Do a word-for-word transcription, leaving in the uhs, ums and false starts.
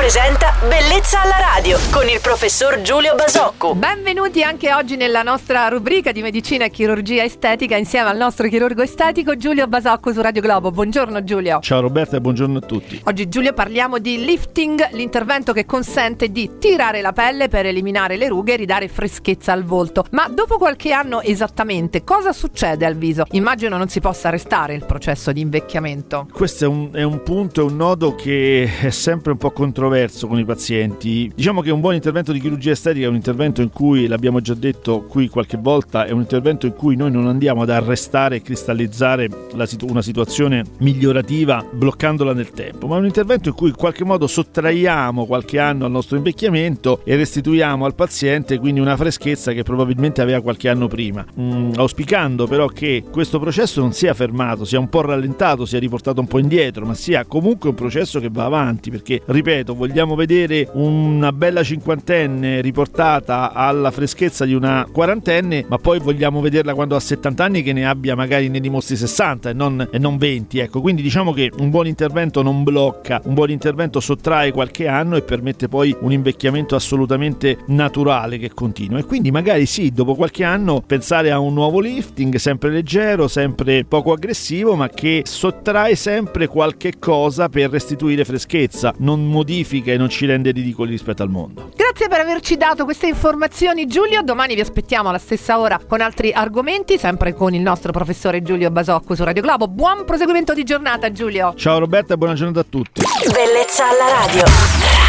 presenta Bellezza alla radio con il professor Giulio Basocco. Benvenuti anche oggi nella nostra rubrica di medicina e chirurgia estetica insieme al nostro chirurgo estetico Giulio Basocco su Radio Globo. Buongiorno Giulio. Ciao Roberta e buongiorno a tutti. Oggi Giulio parliamo di lifting, l'intervento che consente di tirare la pelle per eliminare le rughe e ridare freschezza al volto. Ma dopo qualche anno esattamente cosa succede al viso? Immagino non si possa arrestare il processo di invecchiamento. Questo è un, è un punto, è un nodo che è sempre un po' controverso con i pazienti. Diciamo che un buon intervento di chirurgia estetica è un intervento in cui, l'abbiamo già detto qui qualche volta, è un intervento in cui noi non andiamo ad arrestare e cristallizzare la situ- una situazione migliorativa bloccandola nel tempo, ma è un intervento in cui in qualche modo sottraiamo qualche anno al nostro invecchiamento e restituiamo al paziente quindi una freschezza che probabilmente aveva qualche anno prima, mm, auspicando però che questo processo non sia fermato, sia un po' rallentato, sia riportato un po' indietro, ma sia comunque un processo che va avanti, perché ripeto, vogliamo vedere una bella cinquantenne riportata alla freschezza di una quarantenne, ma poi vogliamo vederla quando ha settanta anni che ne abbia magari ne dimostri sessanta e non, e non venti, ecco. Quindi diciamo che un buon intervento non blocca, un buon intervento sottrae qualche anno e permette poi un invecchiamento assolutamente naturale che continua, e quindi magari sì, dopo qualche anno pensare a un nuovo lifting sempre leggero, sempre poco aggressivo, ma che sottrae sempre qualche cosa per restituire freschezza, non modifica e non ci rende ridicoli rispetto al mondo. Grazie per averci dato queste informazioni Giulio, domani vi aspettiamo alla stessa ora con altri argomenti, sempre con il nostro professore Giulio Basocco su Radio Globo. Buon proseguimento di giornata Giulio. Ciao Roberta e buona giornata a tutti. Bellezza alla radio.